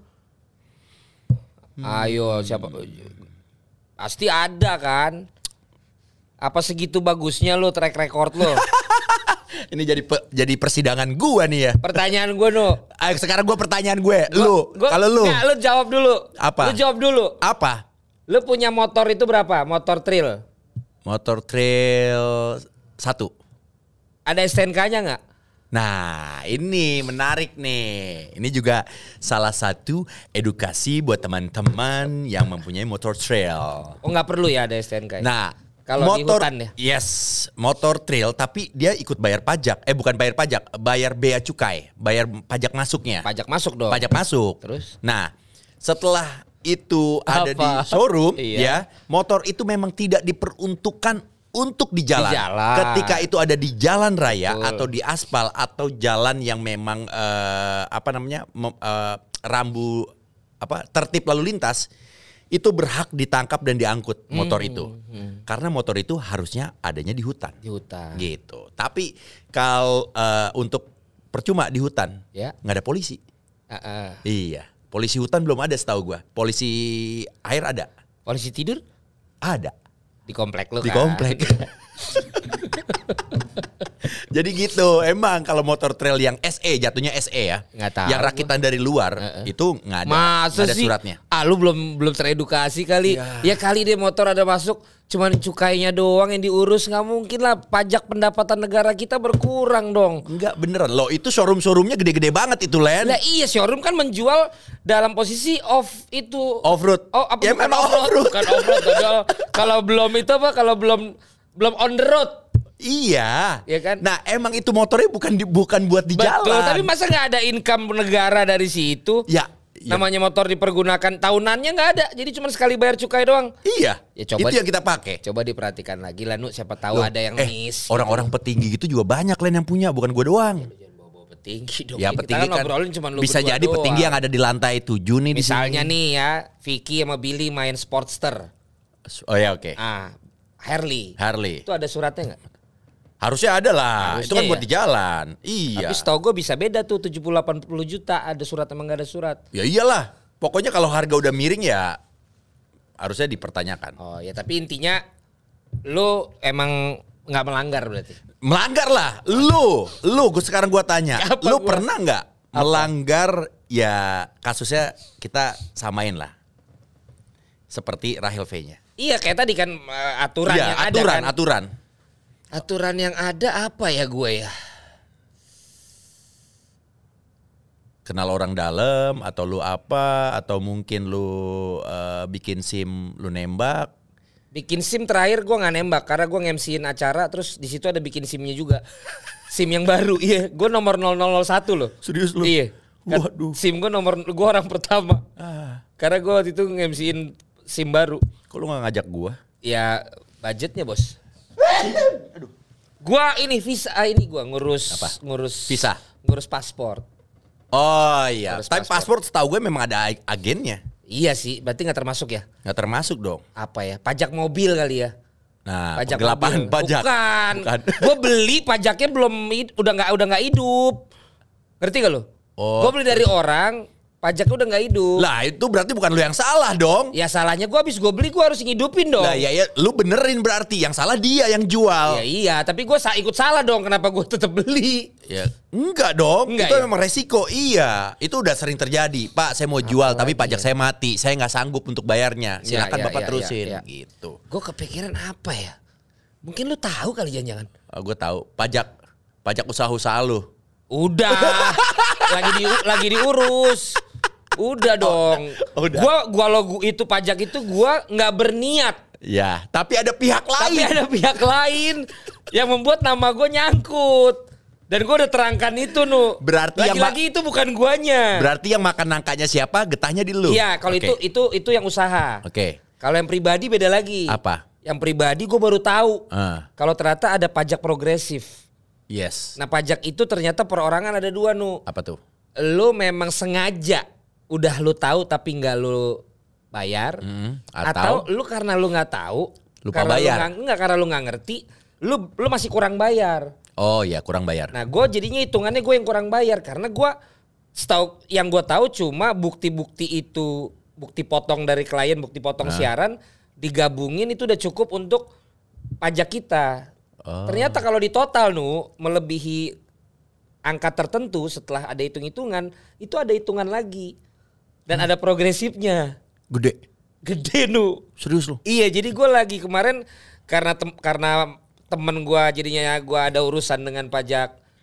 Hmm. Ayo siapa? Pasti ada kan? Apa segitu bagusnya lo track record lo? Ini jadi pe, jadi persidangan gua nih ya. Pertanyaan gua no. Ayo sekarang gua pertanyaan gue. Lu, kalau lu. Enggak, lu jawab dulu. Apa? Lu jawab dulu. Apa? Lu punya motor itu berapa? Motor trail? Motor trail satu. Ada S T N K-nya nggak? Nah, ini menarik nih. Ini juga salah satu edukasi buat teman-teman yang mempunyai motor trail. Oh nggak perlu ya ada S T N K? Nah, kalau di motor, hutan ya? Yes, motor trail tapi dia ikut bayar pajak. Eh bukan bayar pajak, bayar bea cukai, bayar pajak masuknya. Pajak masuk dong. Pajak masuk. Terus? Nah, setelah itu ada Apa? di showroom, Iya. ya, motor itu memang tidak diperuntukkan untuk di jalan. Di jalan. Ketika itu ada di jalan raya Betul. atau di aspal atau jalan yang memang eh, apa namanya mem- eh, rambu apa tertib lalu lintas, itu berhak ditangkap dan diangkut motor itu. hmm. Karena motor itu harusnya adanya di hutan. Di hutan. Gitu. Tapi kalau eh, untuk percuma di hutan, Ya. nggak ada polisi. Uh-uh. Iya. Polisi hutan belum ada setahu gua. Polisi air ada. Polisi tidur Ada. di komplek lu Di kan? komplek. Jadi gitu. Emang kalau motor trail yang S E jatuhnya S E ya. Nggak tahu Yang rakitan dari luar Uh-uh. itu nggak ada. Masa nggak ada sih? suratnya. Ah lu belum belum teredukasi kali. Ya. Ya kali dia motor ada masuk cuman cukainya doang yang diurus, nggak mungkin lah pajak pendapatan negara kita berkurang dong. Enggak beneran. Loh itu showroom-showroomnya gede-gede banget itu Len. Lah iya showroom kan menjual dalam posisi off itu Off-road. Oh apa Ya, bukan memang off-road? off-road. Bukan off-road. Kalau- Kalau belum itu apa? Kalau belum belum on the road. Iya. Ya kan? Nah emang itu motornya bukan di, bukan buat di Betul, jalan. tapi masa nggak ada income negara dari situ? Ya. ya. Namanya motor dipergunakan tahunannya nggak ada, jadi cuma sekali bayar cukai doang. Iya. Ya, coba- itu yang kita pakai. Coba diperhatikan lagi lah, Nu. Siapa tahu Loh, ada yang eh, miss. orang-orang petinggi gitu juga banyak Len yang punya, bukan gue doang. Jangan bawa-bawa petinggi dong. Ya Kita petinggi kan ngobrolin cuma lu bisa berdua jadi petinggi doang. yang ada di lantai tujuh nih di Misalnya sini. nih ya, Vicky sama Billy main Sportster. Oh ya oke. Ah, Harley. Harley. Itu ada suratnya nggak? Harusnya ada lah. Harusnya Itu kan ya. buat di jalan. Iya. Tapi setahu gue bisa beda tuh tujuh puluh delapan puluh juta ada surat emang nggak ada surat. Ya iyalah. Pokoknya kalau harga udah miring ya harusnya dipertanyakan. Oh ya, tapi intinya lu emang nggak melanggar berarti. Melanggar lah. Lu, lu gue sekarang gua tanya. Apa lu gua? pernah nggak melanggar ya kasusnya kita samain lah. Seperti Rahel V-nya. Iya kayak tadi kan eh, aturan Iya, yang ada aturan, kan. aturan. Aturan yang ada apa ya gue ya? Kenal orang dalam atau lu apa atau mungkin lu eh, bikin SIM lu nembak. Bikin SIM terakhir gue nggak nembak karena gue nge-M C-in acara terus di situ ada bikin SIM-nya juga. SIM yang baru. Iya, gue nomor nol nol nol satu loh. Serius lu? Iya. Kan Waduh. SIM gue nomor gue orang pertama. Ah, Karena gue waktu itu nge-M C-in SIM baru. kok lu gak ngajak gua? Ya budgetnya bos. Gua ini visa ah, ini gua ngurus Apa? ngurus Visa? ngurus paspor. Oh iya, Harus tapi paspor setahu gue memang ada ag- agennya. Iya sih, berarti nggak termasuk ya? Nggak termasuk dong. Apa ya? Pajak mobil kali ya? Nah, Pajak penggelapan mobil. pajak. Bukan. Bukan. Gue beli pajaknya belum hid- udah nggak udah nggak hidup. Ngerti gak lo? Oh. Gue beli dari orang, pajaknya udah nggak hidup. Lah itu berarti bukan lu yang salah dong. Ya salahnya gue habis gue beli gue harus ngidupin dong. Lah ya, ya lu benerin berarti yang salah dia yang jual. Ya iya, tapi gue sa ikut salah dong. Kenapa gue tetap beli? Ya, enggak dong. Enggak itu ya? memang resiko. Iya, itu udah sering terjadi. Pak, saya mau jual tapi pajak saya mati. Saya nggak sanggup untuk bayarnya. Ya, Silakan ya, Bapak ya, terusin ya, ya. gitu. Gue kepikiran apa ya? Mungkin lu tahu kali jangan-jangan. Oh, gue tahu. Pajak pajak usaha-usaha lu. Udah, lagi di lagi diurus. Udah dong. Oh, udah. Gua gua lo gua- itu pajak itu gua nggak berniat. Ya, tapi ada pihak Tapi lain. ada pihak lain yang membuat nama gue nyangkut. Dan gue udah terangkan itu Nu. Berarti yang lagi-lagi itu bukan guanya. Berarti yang makan nangkanya siapa, getahnya di lu. Iya, kalau Oke. itu itu itu yang usaha. Oke. Kalau yang pribadi beda lagi. Apa? Yang pribadi gue baru tahu. Ah, Kalau ternyata ada pajak progresif. yes. Nah, pajak itu ternyata perorangan ada dua Nu. Apa tuh? Lu memang sengaja udah lu tahu tapi nggak lu bayar, Hmm, atau, atau? lu karena lu nggak tahu, Lupa karena bayar. lu nggak nggak karena lu nggak ngerti, lu lu masih kurang bayar. Oh ya, kurang bayar. Nah, gue jadinya hitungannya gue yang kurang bayar karena gue setahu yang gue tahu cuma bukti-bukti itu, bukti potong dari klien, bukti potong Nah. siaran digabungin itu udah cukup untuk pajak kita. Oh. Ternyata kalau di total Nu melebihi angka tertentu setelah ada hitung-hitungan, itu ada hitungan lagi. Dan ada progresifnya. Gede. Gede Nu. Serius lu? Iya, jadi gue lagi kemarin karena tem, karena temen gue jadinya gue ada urusan dengan pajak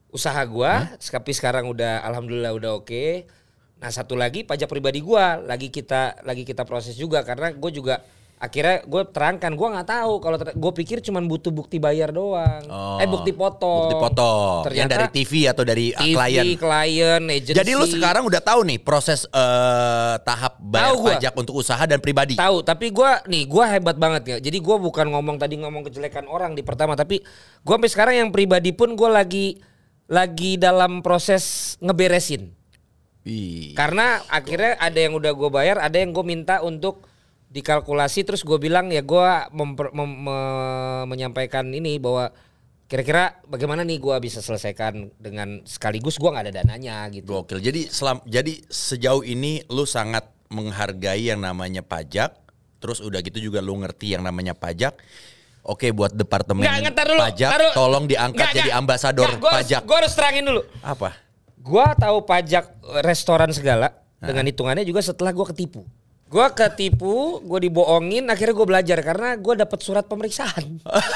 usaha gua, huh? Tapi sekarang udah alhamdulillah udah oke. Okay. Nah satu lagi pajak pribadi gua lagi kita lagi kita proses juga karena gua juga akhirnya gue terangkan gue nggak tahu kalau gue pikir cuma butuh bukti bayar doang, oh, eh bukti potong. Bukti potong. Ternyata yang dari T V atau dari T V, klien. klien, agency. Jadi lu sekarang udah tahu nih proses uh, tahap bayar pajak untuk usaha dan pribadi. Tahu, tapi gue nih gue hebat banget ya. Jadi gue bukan ngomong tadi ngomong kejelekan orang di pertama, tapi gue sampai sekarang yang pribadi pun gue lagi lagi dalam proses ngeberesin. Ih. Karena akhirnya ada yang udah gue bayar, ada yang gue minta untuk dikalkulasi, terus gue bilang ya gue memper, mem, me, menyampaikan ini bahwa kira-kira bagaimana nih gue bisa selesaikan dengan sekaligus gue nggak ada dananya gitu. Gokil. Jadi selam, jadi sejauh ini lu sangat menghargai yang namanya pajak, terus udah gitu juga lu ngerti yang namanya pajak. Oke, buat departemen nggak, dulu, pajak taruh. Tolong diangkat nggak, jadi nggak, ambasador nggak, gua pajak. Gue harus terangin dulu. Apa? Gue tahu pajak restoran segala nah. Dengan hitungannya juga setelah gue ketipu. Gue ketipu, gue dibohongin, akhirnya gue belajar karena gue dapat surat pemeriksaan.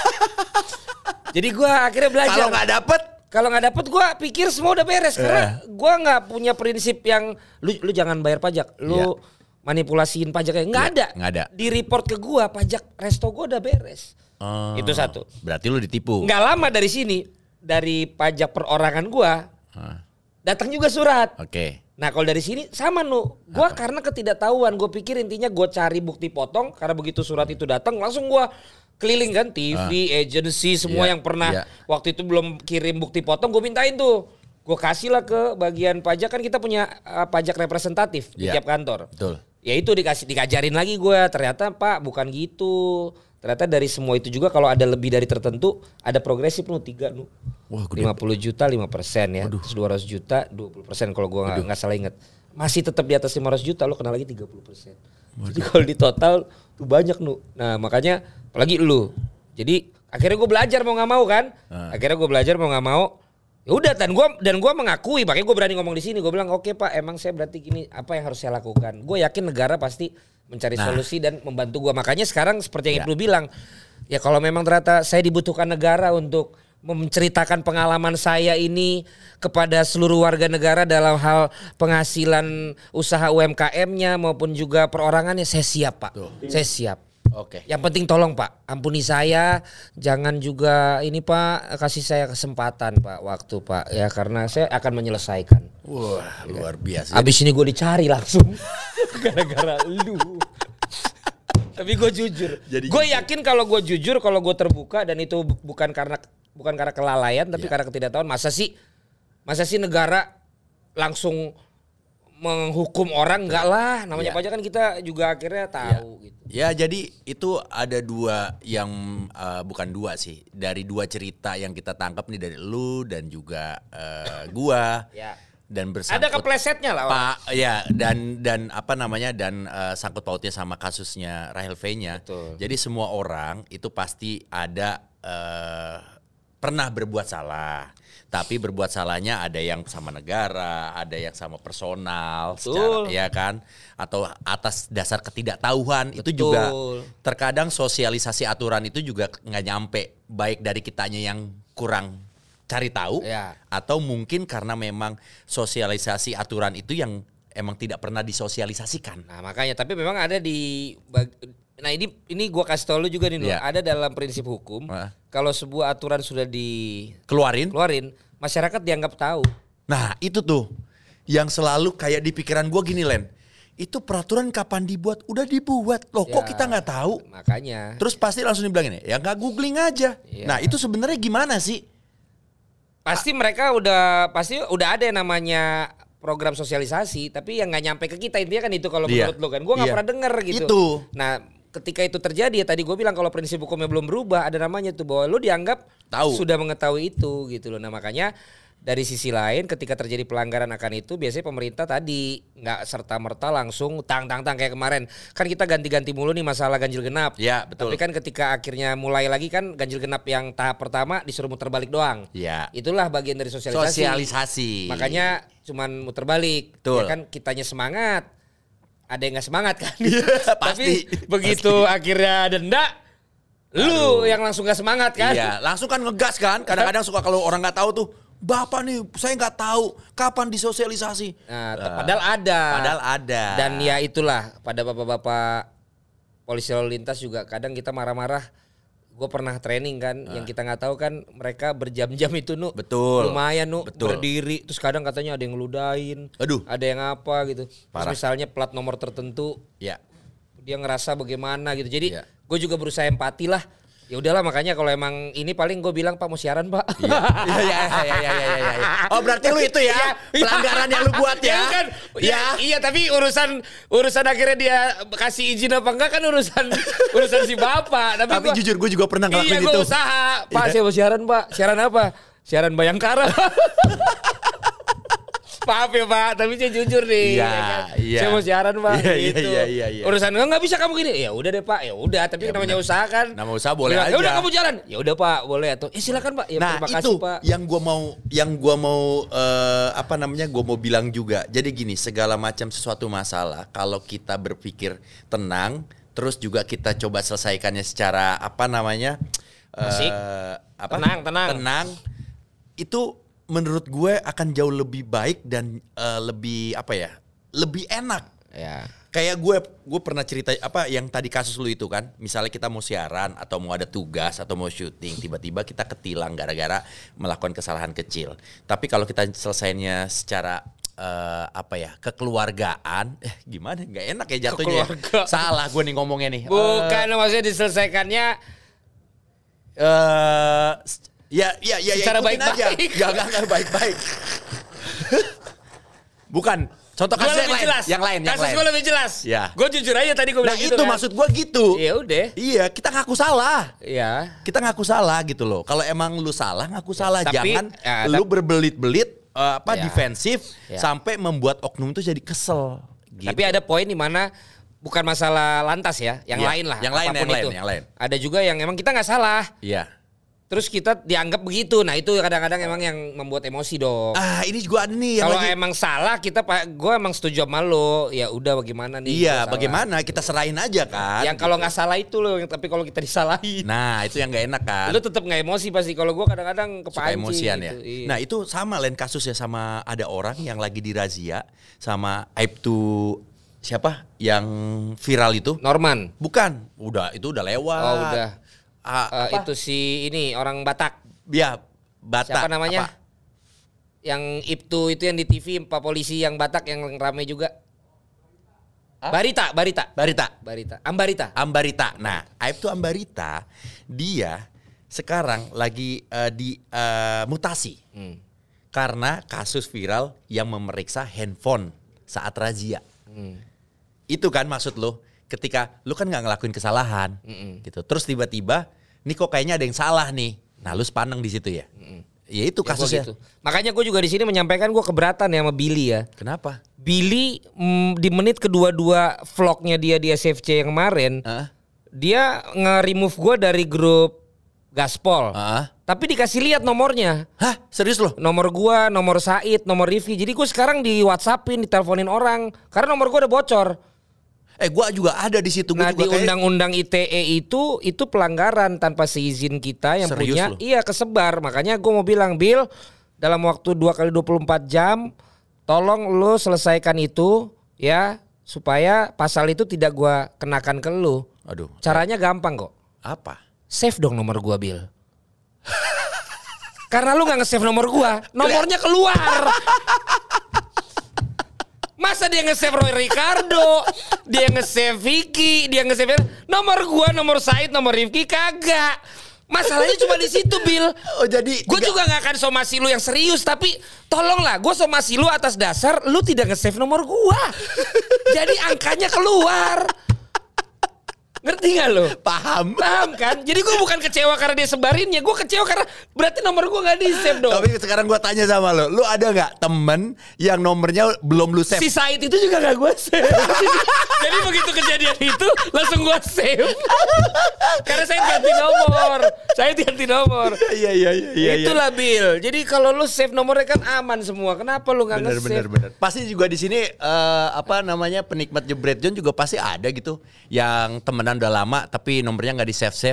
Jadi gue akhirnya belajar. Kalau nggak dapet, kalau nggak dapet gue pikir semua udah beres karena uh. gue nggak punya prinsip yang lu lu jangan bayar pajak, lu yeah. manipulasiin pajaknya nggak yeah, ada. Nggak ada. Di report ke gue pajak resto gue udah beres. Oh, itu satu. Berarti lu ditipu. Nggak lama dari sini dari pajak perorangan gue huh. datang juga surat. Oke. Okay. Nah kalau dari sini sama nu, gue karena ketidaktahuan, gue pikir intinya gue cari bukti potong karena begitu surat itu datang langsung gue keliling kan T V, uh, agency semua yeah, yang pernah yeah. waktu itu belum kirim bukti potong gue mintain tuh, gue kasih lah ke bagian pajak kan kita punya uh, pajak representatif yeah. di tiap kantor. Betul. Ya itu dikasih dikajarin lagi gue ternyata Pak bukan gitu. Ternyata dari semua itu juga kalau ada lebih dari tertentu ada progresif nu tiga nu. Wah, lima puluh juta lima persen ya. Waduh. Terus dua ratus juta dua puluh persen kalau gue gak, gak salah ingat. Masih tetap di atas lima ratus juta lo kena lagi tiga puluh persen. Jadi kalau di total tuh banyak nu. Nah makanya apalagi lu. Jadi akhirnya gue belajar mau gak mau kan. Hmm. Akhirnya gue belajar mau gak mau. Ya udah dan gue dan gue mengakui, makanya gue berani ngomong di sini. Gue bilang oke okay, Pak, emang saya berarti gini apa yang harus saya lakukan. Gue yakin negara pasti mencari nah. solusi dan membantu gua. Makanya sekarang seperti yang ya. Ibnu bilang, ya kalau memang ternyata saya dibutuhkan negara untuk menceritakan pengalaman saya ini kepada seluruh warga negara dalam hal penghasilan usaha U M K M-nya maupun juga perorangannya, saya siap Pak. Tuh. Saya siap. Oke. Yang penting tolong Pak, ampuni saya, jangan juga ini Pak kasih saya kesempatan Pak, waktu Pak ya karena saya akan menyelesaikan. Wah luar biasa. Abis ini gue dicari langsung gara-gara lu. Tapi gue jujur, gue yakin kalau gue jujur, kalau gue terbuka dan itu bukan karena bukan karena kelalaian, tapi yeah. karena ketidaktahuan. Masa sih, masa sih negara langsung menghukum orang? Enggak lah, namanya yeah. pajak kan kita juga akhirnya tahu. Yeah. Gitu. Ya jadi itu ada dua yang uh, bukan dua sih, dari dua cerita yang kita tangkap nih dari lu dan juga uh, gua. Yeah. Dan bersangkut ada keplesetnya lah Pak ya dan dan apa namanya dan uh, sangkut pautnya sama kasusnya Rahel V-nya. Jadi semua orang itu pasti ada uh, pernah berbuat salah. Tapi berbuat salahnya ada yang sama negara, ada yang sama personal, secara, ya kan? Atau atas dasar ketidaktahuan. Betul. Itu juga terkadang sosialisasi aturan itu juga nggak nyampe, baik dari kitanya yang kurang cari tahu ya. Atau mungkin karena memang sosialisasi aturan itu yang emang tidak pernah disosialisasikan. Nah makanya tapi memang ada di nah ini ini gua kasih tau lu juga nih ya. Ada dalam prinsip hukum uh. kalau sebuah aturan sudah dikeluarin keluarin masyarakat dianggap tahu. Nah itu tuh yang selalu kayak di pikiran gua gini Len. Itu peraturan kapan dibuat? Udah dibuat loh, ya, kok kita nggak tahu? Makanya. Terus pasti langsung dibilangin ya nggak googling aja. Ya. Nah itu sebenarnya gimana sih? Pasti mereka udah pasti udah ada yang namanya program sosialisasi, tapi yang nggak nyampe ke kita intinya kan itu kalau yeah. menurut lo kan, gue nggak yeah. pernah denger gitu. Itu. Nah ketika itu terjadi ya tadi gue bilang kalau prinsip hukumnya belum berubah ada namanya tuh bahwa lo dianggap tahu sudah mengetahui itu gitu loh. Nah makanya dari sisi lain ketika terjadi pelanggaran akan itu biasanya pemerintah tadi nggak serta-merta langsung tang-tang-tang kayak kemarin. Kan kita ganti-ganti mulu nih masalah ganjil genap. Ya betul. Tapi kan ketika akhirnya mulai lagi kan ganjil genap yang tahap pertama disuruh muter balik doang. Ya. Itulah bagian dari sosialisasi. Sosialisasi. Makanya cuman muter balik. Betul. Ya kan kitanya semangat. Ada yang nggak semangat kan. Ya, pasti. Tapi begitu pasti. Akhirnya denda. Lu Aduh. Yang langsung gak semangat kan. Iya langsung kan ngegas kan. Kadang-kadang suka kalau orang gak tahu tuh. Bapak nih saya nggak tahu kapan disosialisasi. Nah, uh, padahal ada. Padahal ada. Dan ya itulah pada bapak-bapak polisi lalu lintas juga kadang kita marah-marah. Gue pernah training kan, uh. yang kita nggak tahu kan mereka berjam-jam itu nu. Betul. Lumayan nu Betul. berdiri. Terus kadang katanya ada yang ngeludahin. Aduh. Ada yang apa gitu. Terus Parah. misalnya plat nomor tertentu. Ya. Dia ngerasa bagaimana gitu. Jadi ya. gue juga berusaha empati lah. Ya udahlah makanya kalau emang ini paling gue bilang Pak mau siaran Pak. Iya iya iya iya iya iya. Ya. Oh berarti lu itu ya pelanggaran yang lu buat ya? Ya kan. Ya, ya iya tapi urusan urusan akhirnya dia kasih izin apa enggak kan urusan urusan si bapak. Tapi, tapi gua, jujur gue juga pernah ngelakuin iya, itu. Iya gue usaha. Pak saya mau siaran Pak. Siaran apa? Siaran Bayangkara. Maaf ya Pak, tapi saya jujur nih. Iya, ya kan? iya. Saya mau siaran Pak. Iya, gitu. iya, iya, iya. Urusan enggak bisa kamu gini. Ya udah deh Pak. Ya udah, tapi ya, namanya bener. usaha kan. Nama usaha boleh ya, aja. Ya udah kamu jalan. Ya udah Pak, boleh atau eh silakan Pak. Ya nah, terima itu kasih Pak. yang gua mau yang gua mau uh, apa namanya? Gua mau bilang juga. Jadi gini, segala macam sesuatu masalah kalau kita berpikir tenang, terus juga kita coba selesaikannya secara apa namanya? Asik. Uh, apa? Tenang, tenang. Tenang. Itu menurut gue akan jauh lebih baik dan uh, lebih apa ya? Lebih enak. Ya. Kayak gue gue pernah cerita apa yang tadi kasus lu itu kan. Misalnya kita mau siaran atau mau ada tugas atau mau syuting, tiba-tiba kita ketilang gara-gara melakukan kesalahan kecil. Tapi kalau kita selesainya secara uh, apa ya? Kekeluargaan, eh gimana? Nggak enak ya jatuhnya. Ya? Salah gue nih ngomongnya nih. Bukan uh, maksudnya diselesaikannya eh uh, Ya, ya, ya, secara ya baik-baik. Ya, enggak, enggak baik-baik. Bukan. Contoh kasus yang lain, jelas. yang lain, yang kasus lain. gue lebih jelas. Ya. Gue jujur aja tadi gue nah bilang itu gitu kan. maksud gue gitu. Ya udah. Iya, kita ngaku salah. Iya. Kita ngaku salah gitu loh. Kalau emang lu salah, ngaku salah. Tapi, Jangan ya, lu tapi, berbelit-belit uh, apa ya. defensif Ya. sampai membuat oknum itu jadi kesel. Gitu. Tapi ada poin di mana bukan masalah lantas ya, yang Ya. lain lah. Yang lain, yang itu. lain, yang lain. Ada juga yang emang kita nggak salah. Iya. Terus kita dianggap begitu. Nah itu kadang-kadang emang yang membuat emosi dong. Ah ini juga ada nih. Kalau lagi... emang salah kita pak, gue emang setuju sama lo. Ya udah bagaimana nih? Iya, bagaimana kita serahin aja kan. Yang kalau nggak salah itu loh, tapi kalau kita disalahin. Nah itu yang nggak enak kan. Lo tetap nggak emosi pasti. Kalau gue kadang-kadang kepancing. Suka emosian gitu. ya. Iya. Nah itu sama lain kasusnya sama ada orang yang lagi dirazia sama Aibtu siapa yang viral itu? Norman. Bukan, udah itu udah lewat. Oh udah. Ah, uh, itu si ini orang Batak. Ya, Batak. Siapa namanya? Apa? Yang Ibtu itu yang di T V Pak Polisi yang Batak yang rame juga. Hah? Barita, Barita. Barita. Barita. Ambarita. Ambarita. Nah, Aibtu Ambarita dia sekarang lagi uh, di uh, mutasi. Hmm. Karena kasus viral yang memeriksa handphone saat razia. Hmm. Itu kan maksud lo, ketika lo kan nggak ngelakuin kesalahan, mm-mm. gitu. Terus tiba-tiba, nih kok kayaknya ada yang salah nih. Nah, lu sepaneng di situ ya. Mm-mm. Ya itu kasusnya. Ya, gitu. Makanya gue juga di sini menyampaikan gue keberatan ya sama Billy ya. Kenapa? Billy mm, di menit kedua-dua vlognya dia di S F C yang kemarin, uh? dia nge-remove gue dari grup Gaspol. Uh? Tapi dikasih lihat nomornya. Hah? Serius loh? Nomor gua, nomor Said, nomor Rifki. Jadi gue sekarang di WhatsAppin, diteleponin orang karena nomor gua udah bocor. Eh gua juga ada di situ. Nah juga di kayak... undang-undang I T E itu itu pelanggaran tanpa seizin kita yang Serius punya. loh? Iya kesebar. Makanya gua mau bilang Bill dalam waktu dua kali dua puluh empat jam tolong lu selesaikan itu ya supaya pasal itu tidak gua kenakan ke lu. Aduh. Caranya eh. gampang kok. Apa? Save dong nomor gua Bill. Karena lu gak nge-save nomor gua, nomornya keluar. Masa dia nge-save Roy Ricardo, dia nge-save Vicky, dia nge-save nomor gua, nomor Said, nomor Rifki kagak. Masalahnya cuma di situ, Bill. Oh jadi gue juga gak akan somasi lu yang serius, tapi tolonglah gue somasi lu atas dasar lu tidak nge-save nomor gua. Jadi angkanya keluar. Ngerti gak lo? Paham. Paham kan? Jadi gue bukan kecewa karena dia sebarinnya. Gue kecewa karena berarti nomor gue gak di save dong. Tapi sekarang gue tanya sama lo. Lo ada gak temen yang nomornya belum lu save? Si Said itu juga gak gue save. Jadi begitu kejadian itu langsung gue save. Karena saya ganti nomor. Saya ganti nomor. Iya iya iya iya. Itulah Bill. Jadi kalau lu save nomornya kan aman semua. Kenapa lu gak nge-save? Bener bener bener. Pasti juga di sini uh, apa namanya penikmat Jebret John juga pasti ada gitu yang temenan udah lama tapi nomornya nggak di save save.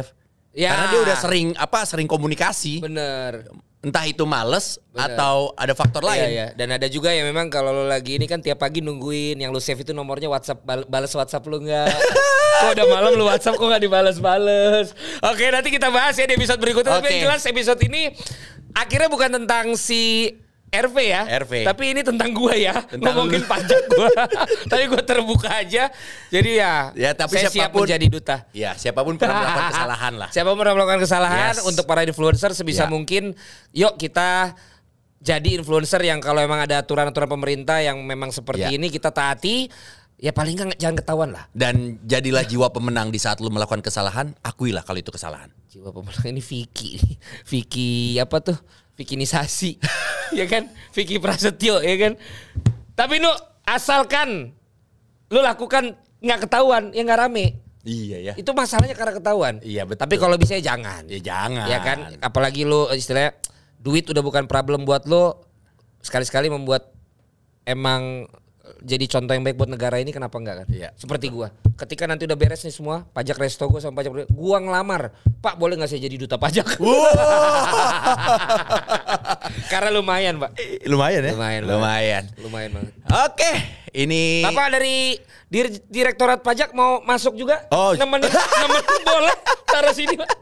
Ya. Karena dia udah sering apa sering komunikasi. Bener. Entah itu males Bener. atau ada faktor lain. Iya, iya. Dan ada juga yang memang kalau lo lagi ini kan tiap pagi nungguin yang lu save itu nomornya WhatsApp, bal- balas WhatsApp lu enggak. Kok udah malam lu WhatsApp kok enggak dibales-bales. Oke, nanti kita bahas ya di episode berikutnya. Tapi Oke. yang jelas episode ini akhirnya bukan tentang si R V ya. R V. Tapi ini tentang gua ya. Tentang ngomongin lu. pajak gua. Tapi gua terbuka aja. Jadi ya, Ya, tapi saya siap siapapun- menjadi duta. Ya, siapapun pernah melakukan kesalahan lah. Siapa pernah melakukan kesalahan Yes. untuk para influencer sebisa Ya. mungkin yuk kita jadi influencer yang kalau emang ada aturan-aturan pemerintah yang memang seperti Ya. ini kita taati, ya paling nggak jangan ketahuan lah. Dan jadilah jiwa pemenang di saat lu melakukan kesalahan, akuilah kalau itu kesalahan. Jiwa pemenang ini Vicky, Vicky apa tuh? Vikinisasi, ya kan? Vicky Prasetyo, ya kan? Tapi nu asalkan lu lakukan nggak ketahuan, ya nggak rame. Iya ya. Itu masalahnya karena ketahuan. Iya, betul. Tapi kalau bisa ya jangan. Ya jangan. Ya kan, apalagi lu istilahnya duit udah bukan problem buat lu, sekali-sekali membuat emang jadi contoh yang baik buat negara ini, kenapa enggak kan? Iya. Seperti gua, ketika nanti udah beres nih semua, pajak resto gua sama pajak gua ngelamar, Pak boleh nggak saya jadi duta pajak? Karena lumayan, Pak. Lumayan ya? Lumayan, Lumayan. Lumayan banget. Oke, ini Bapak dari Dir- Direktorat Pajak mau masuk juga? Oh. Nemenin, nemenin boleh taruh sini, Pak.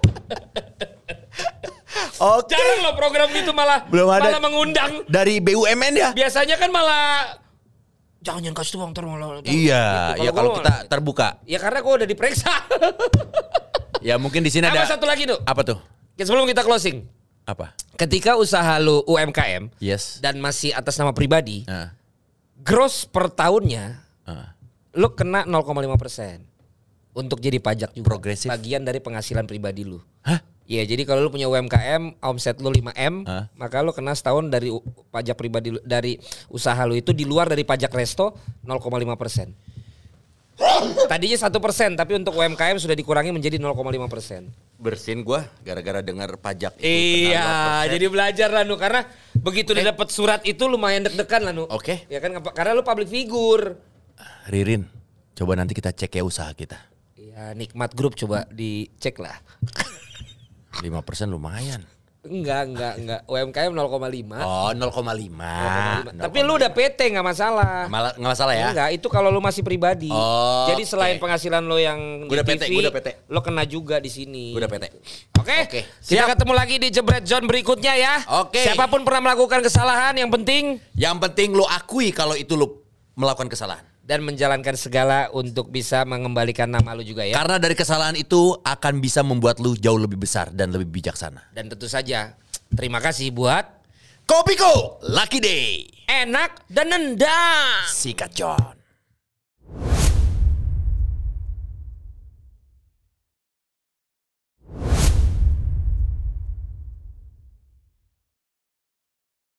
Oke. Jarang loh program gitu malah Belum ada. malah mengundang. Dari B U M N ya? Biasanya kan malah jangan jangan kasih tuh bang, ntar malah. Iya, Gitu. ya kalau gua kita malah- terbuka. Ya karena gue udah diperiksa. Ya mungkin di sini Sama ada satu lagi tuh. apa tuh? Sebelum kita closing, Apa? ketika usaha lu U M K M Yes. dan masih atas nama pribadi, Nah, gross per tahunnya ah. lu kena nol koma lima persen untuk jadi pajak juga. Progresif. Bagian dari penghasilan pribadi lu. Hah? Iya, jadi kalau lu punya U M K M, omset lu lima M, Hah? maka lu kena setahun dari u- pajak pribadi lu- dari usaha lu itu di luar dari pajak resto nol koma lima persen. Tadinya satu persen, tapi untuk U M K M sudah dikurangi menjadi nol koma lima persen. Bersin gua gara-gara dengar pajak itu. Iya, kena lima persen. jadi belajar lah Nu, karena begitu dia dapat surat itu lumayan deg-degan lah Nu. Oke. Ya kan, ngapa- karena lu public figure. Ririn, coba nanti kita cek ya usaha kita. Ya, Nikmat Group coba dicek lah. lima persen lumayan. Enggak, enggak, enggak. U M K M nol koma lima. Oh, nol koma lima. Tapi lu udah P T nggak masalah. Malah nggak masalah ya? Enggak, itu kalau lu masih pribadi. Oh, Jadi selain oke. penghasilan lo yang Gua udah di P T, T V, gua udah P T. lo kena juga di sini. Gua udah P T. Oke, Oke, kita siap. ketemu lagi di Jebret Zone berikutnya ya. Oke. Siapapun pernah melakukan kesalahan, yang penting Yang penting lu akui kalau itu lu melakukan kesalahan. dan menjalankan segala untuk bisa mengembalikan nama lu juga ya. Karena dari kesalahan itu akan bisa membuat lu jauh lebih besar dan lebih bijaksana. Dan tentu saja terima kasih buat Kopiko, Lucky Day, enak dan nendang. Sikat John.